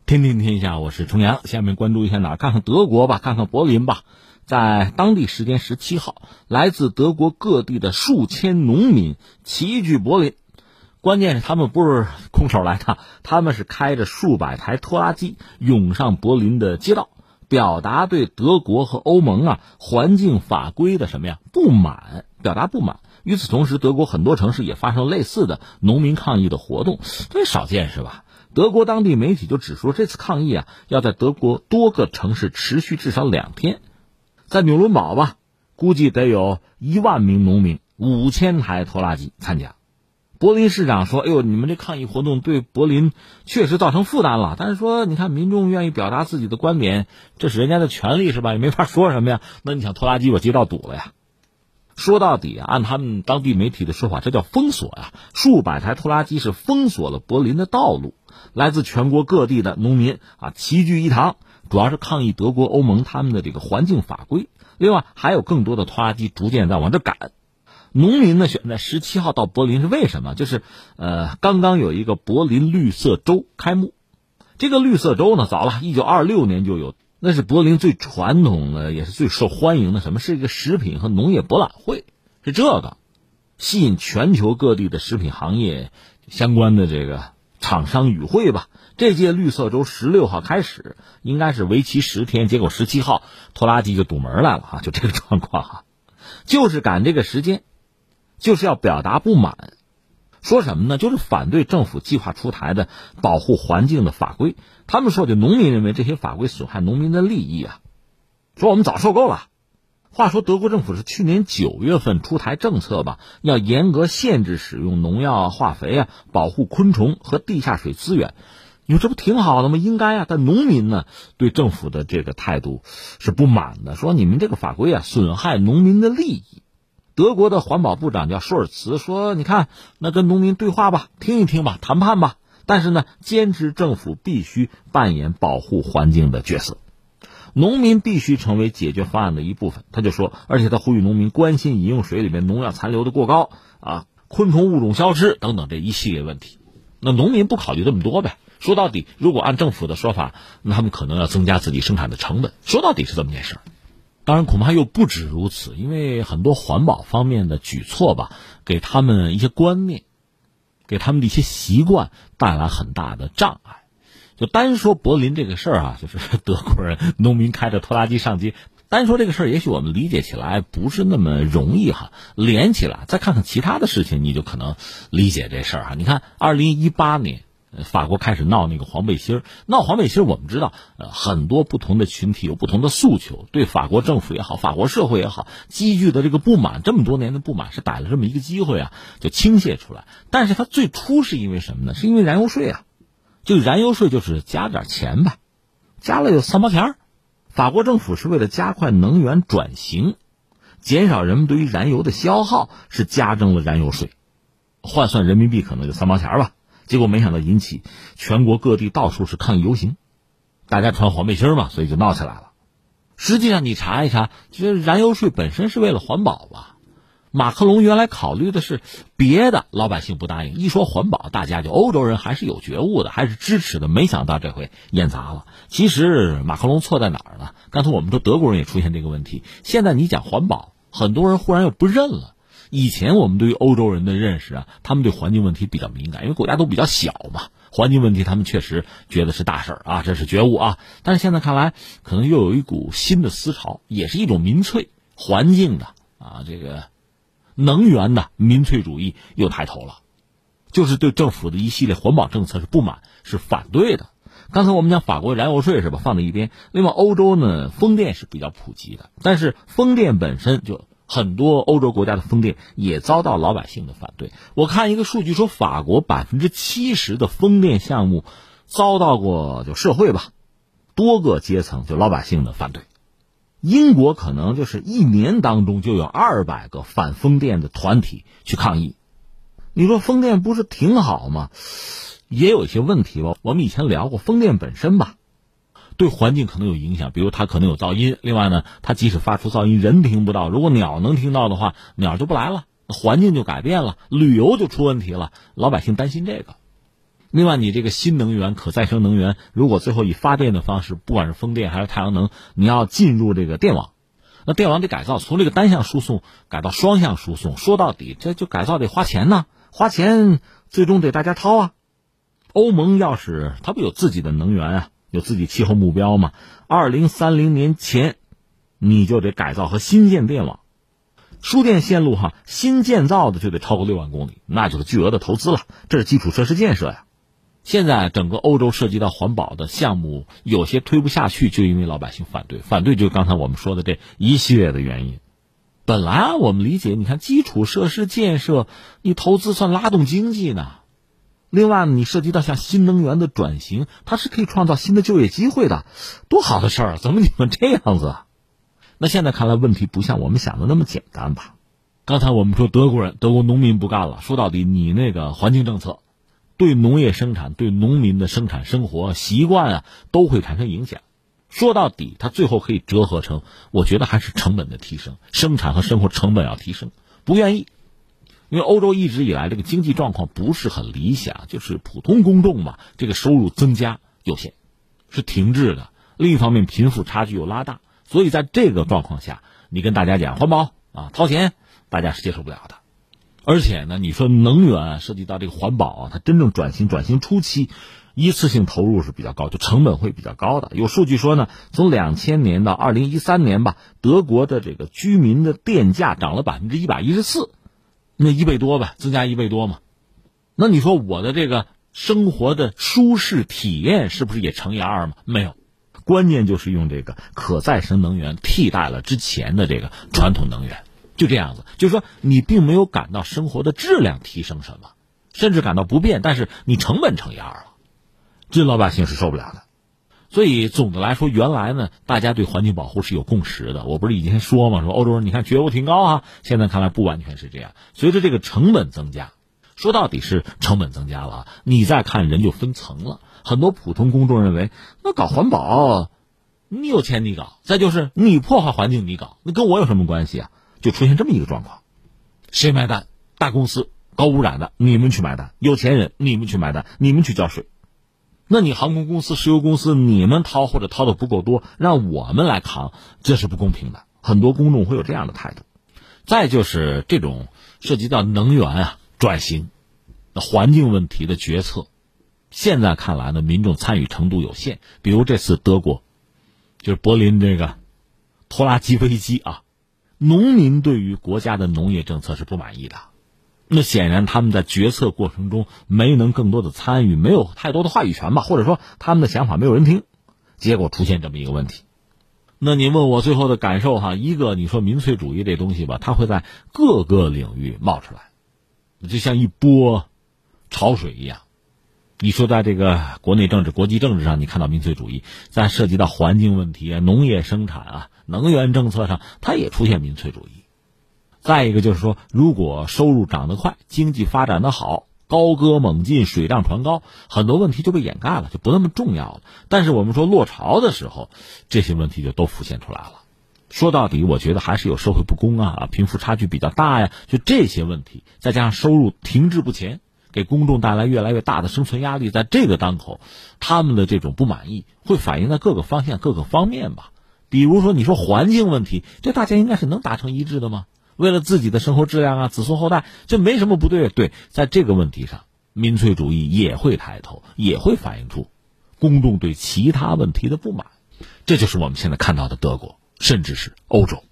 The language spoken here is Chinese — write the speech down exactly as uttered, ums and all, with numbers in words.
天天天下，我是重阳。下面关注一下哪儿？看看德国吧，看看柏林吧。在当地时间十七号，来自德国各地的数千农民齐聚柏林。关键是他们不是空手来的，他们是开着数百台拖拉机涌上柏林的街道，表达对德国和欧盟啊环境法规的什么呀不满，表达不满。与此同时，德国很多城市也发生类似的农民抗议的活动，这少见是吧？德国当地媒体就指出，这次抗议啊要在德国多个城市持续至少两天。在纽伦堡吧，估计得有一万名农民、五千台拖拉机参加。柏林市长说：“哎呦，你们这抗议活动对柏林确实造成负担了。但是说，你看民众愿意表达自己的观点，这是人家的权利是吧？也没法说什么呀。那你想拖拉机把街道堵了呀？”说到底啊，按他们当地媒体的说法，这叫封锁呀。数百台拖拉机是封锁了柏林的道路。来自全国各地的农民啊齐聚一堂，主要是抗议德国、欧盟他们的这个环境法规。另外还有更多的拖拉机逐渐在往这赶。农民呢选在十七号到柏林是为什么？就是呃，刚刚有一个柏林绿色周开幕。这个绿色周呢，早了，一九二六年就有，那是柏林最传统的也是最受欢迎的什么？是一个食品和农业博览会，是这个吸引全球各地的食品行业相关的这个厂商与会吧。这届绿色周十六号开始，应该是为期十天，结果十七号拖拉机就堵门来了啊，就这个状况哈，就是赶这个时间，就是要表达不满。说什么呢？就是反对政府计划出台的保护环境的法规。他们说，就农民认为这些法规损害农民的利益啊，说我们早受够了。话说德国政府是去年九月份出台政策吧，要严格限制使用农药、化肥啊，保护昆虫和地下水资源。你说这不挺好的吗？应该啊。但农民呢，对政府的这个态度是不满的，说你们这个法规啊，损害农民的利益。德国的环保部长叫舒尔茨说，你看，那跟农民对话吧，听一听吧，谈判吧。但是呢，坚持政府必须扮演保护环境的角色。农民必须成为解决方案的一部分，他就说，而且他呼吁农民关心饮用水里面农药残留的过高啊，昆虫物种消失等等这一系列问题。那农民不考虑这么多呗。说到底，如果按政府的说法，那他们可能要增加自己生产的成本。说到底是这么件事儿。当然恐怕又不止如此，因为很多环保方面的举措吧，给他们一些观念，给他们的一些习惯带来很大的障碍。就单说柏林这个事儿啊，就是德国人农民开着拖拉机上街，单说这个事儿，也许我们理解起来不是那么容易哈。连起来再看看其他的事情，你就可能理解这事儿哈。你看，二零一八年。法国开始闹那个黄背心儿，闹黄背心儿，我们知道，呃，很多不同的群体有不同的诉求，对法国政府也好，法国社会也好，积聚的这个不满，这么多年的不满是逮了这么一个机会啊，就倾泻出来。但是它最初是因为什么呢？是因为燃油税啊，就燃油税就是加点钱呗，加了有三毛钱儿。法国政府是为了加快能源转型，减少人们对于燃油的消耗，是加征了燃油税，换算人民币可能就三毛钱吧。结果没想到引起全国各地到处是抗议游行，大家穿黄背心嘛，所以就闹起来了。实际上你查一查，其实燃油税本身是为了环保吧。马克龙原来考虑的是别的，老百姓不答应。一说环保，大家就欧洲人还是有觉悟的，还是支持的。没想到这回演砸了。其实马克龙错在哪儿呢？刚才我们说德国人也出现这个问题。现在你讲环保，很多人忽然又不认了。以前我们对于欧洲人的认识啊，他们对环境问题比较敏感，因为国家都比较小嘛，环境问题他们确实觉得是大事儿啊，这是觉悟啊。但是现在看来，可能又有一股新的思潮，也是一种民粹环境的啊，这个能源的民粹主义又抬头了，就是对政府的一系列环保政策是不满，是反对的。刚才我们讲法国燃油税是吧，放在一边。另外，欧洲呢，风电是比较普及的，但是风电本身就。很多欧洲国家的风电也遭到老百姓的反对。我看一个数据说，法国百分之七十的风电项目遭到过就社会吧多个阶层就老百姓的反对。英国可能就是一年当中就有二百个反风电的团体去抗议。你说风电不是挺好吗？也有一些问题吧。我们以前聊过，风电本身吧。对环境可能有影响，比如它可能有噪音。另外呢，它即使发出噪音，人听不到，如果鸟能听到的话，鸟就不来了，环境就改变了，旅游就出问题了。老百姓担心这个。 另外，你这个新能源、可再生能源，如果最后以发电的方式，不管是风电还是太阳能，你要进入这个电网，那电网得改造，从这个单向输送改到双向输送，说到底，这就改造得花钱呢，花钱最终得大家掏啊。欧盟要是它不有自己的能源啊，有自己气候目标嘛，二零三零年前你就得改造和新建电网，输电线路哈，新建造的就得超过六万公里，那就是巨额的投资了，这是基础设施建设呀。现在整个欧洲涉及到环保的项目，有些推不下去，就因为老百姓反对，反对就是刚才我们说的这一系列的原因。本来啊，我们理解，你看基础设施建设，你投资算拉动经济呢。另外，你涉及到像新能源的转型，它是可以创造新的就业机会的，多好的事儿！怎么你们这样子？那现在看来，问题不像我们想的那么简单吧？刚才我们说德国人，德国农民不干了，说到底，你那个环境政策对农业生产、对农民的生产生活习惯啊，都会产生影响。说到底，它最后可以折合成，我觉得还是成本的提升，生产和生活成本要提升。不愿意。因为欧洲一直以来这个经济状况不是很理想，就是普通公众嘛，这个收入增加有限，是停滞的。另一方面，贫富差距又拉大，所以在这个状况下，你跟大家讲环保啊，掏钱，大家是接受不了的。而且呢，你说能源涉及到这个环保啊，它真正转型转型初期，一次性投入是比较高，就成本会比较高的。有数据说呢，从两千年到二零一三年吧，德国的这个居民的电价涨了百分之一百一十四。那一倍多呗，增加一倍多嘛。那你说我的这个生活的舒适体验是不是也乘以二嘛？没有，关键就是用这个可再生能源替代了之前的这个传统能源，就这样子。就是说你并没有感到生活的质量提升什么，甚至感到不便，但是你成本乘以二了，这老百姓是受不了的。所以总的来说，原来呢，大家对环境保护是有共识的。我不是以前说嘛，说欧洲人你看觉悟挺高啊，现在看来不完全是这样。随着这个成本增加，说到底是成本增加了啊，你再看人就分层了。很多普通公众认为，那搞环保，你有钱你搞，再就是你破坏环境你搞，那跟我有什么关系啊？就出现这么一个状况，谁买单？大公司高污染的，你们去买单；有钱人，你们去买单，你们去交税。那你航空公司、石油公司，你们掏或者掏的不够多，让我们来扛，这是不公平的。很多公众会有这样的态度。再就是这种涉及到能源啊、转型、环境问题的决策，现在看来呢，民众参与程度有限。比如这次德国，就是柏林这个拖拉机危机啊，农民对于国家的农业政策是不满意的。那显然他们在决策过程中没能更多的参与，没有太多的话语权吧，或者说他们的想法没有人听，结果出现这么一个问题。那你问我最后的感受哈，一个你说民粹主义这东西吧，它会在各个领域冒出来，就像一波潮水一样。你说在这个国内政治、国际政治上，你看到民粹主义，在涉及到环境问题啊、农业生产啊、能源政策上，它也出现民粹主义。再一个就是说，如果收入涨得快，经济发展得好，高歌猛进，水涨船高，很多问题就被掩盖了，就不那么重要了。但是我们说落潮的时候，这些问题就都浮现出来了。说到底，我觉得还是有社会不公啊，贫富差距比较大呀，就这些问题，再加上收入停滞不前，给公众带来越来越大的生存压力，在这个当口，他们的这种不满意会反映在各个方向、各个方面吧。比如说，你说环境问题，这大家应该是能达成一致的吗？为了自己的生活质量啊，子孙后代，这没什么不对。对，在这个问题上，民粹主义也会抬头，也会反映出公众对其他问题的不满。这就是我们现在看到的德国，甚至是欧洲。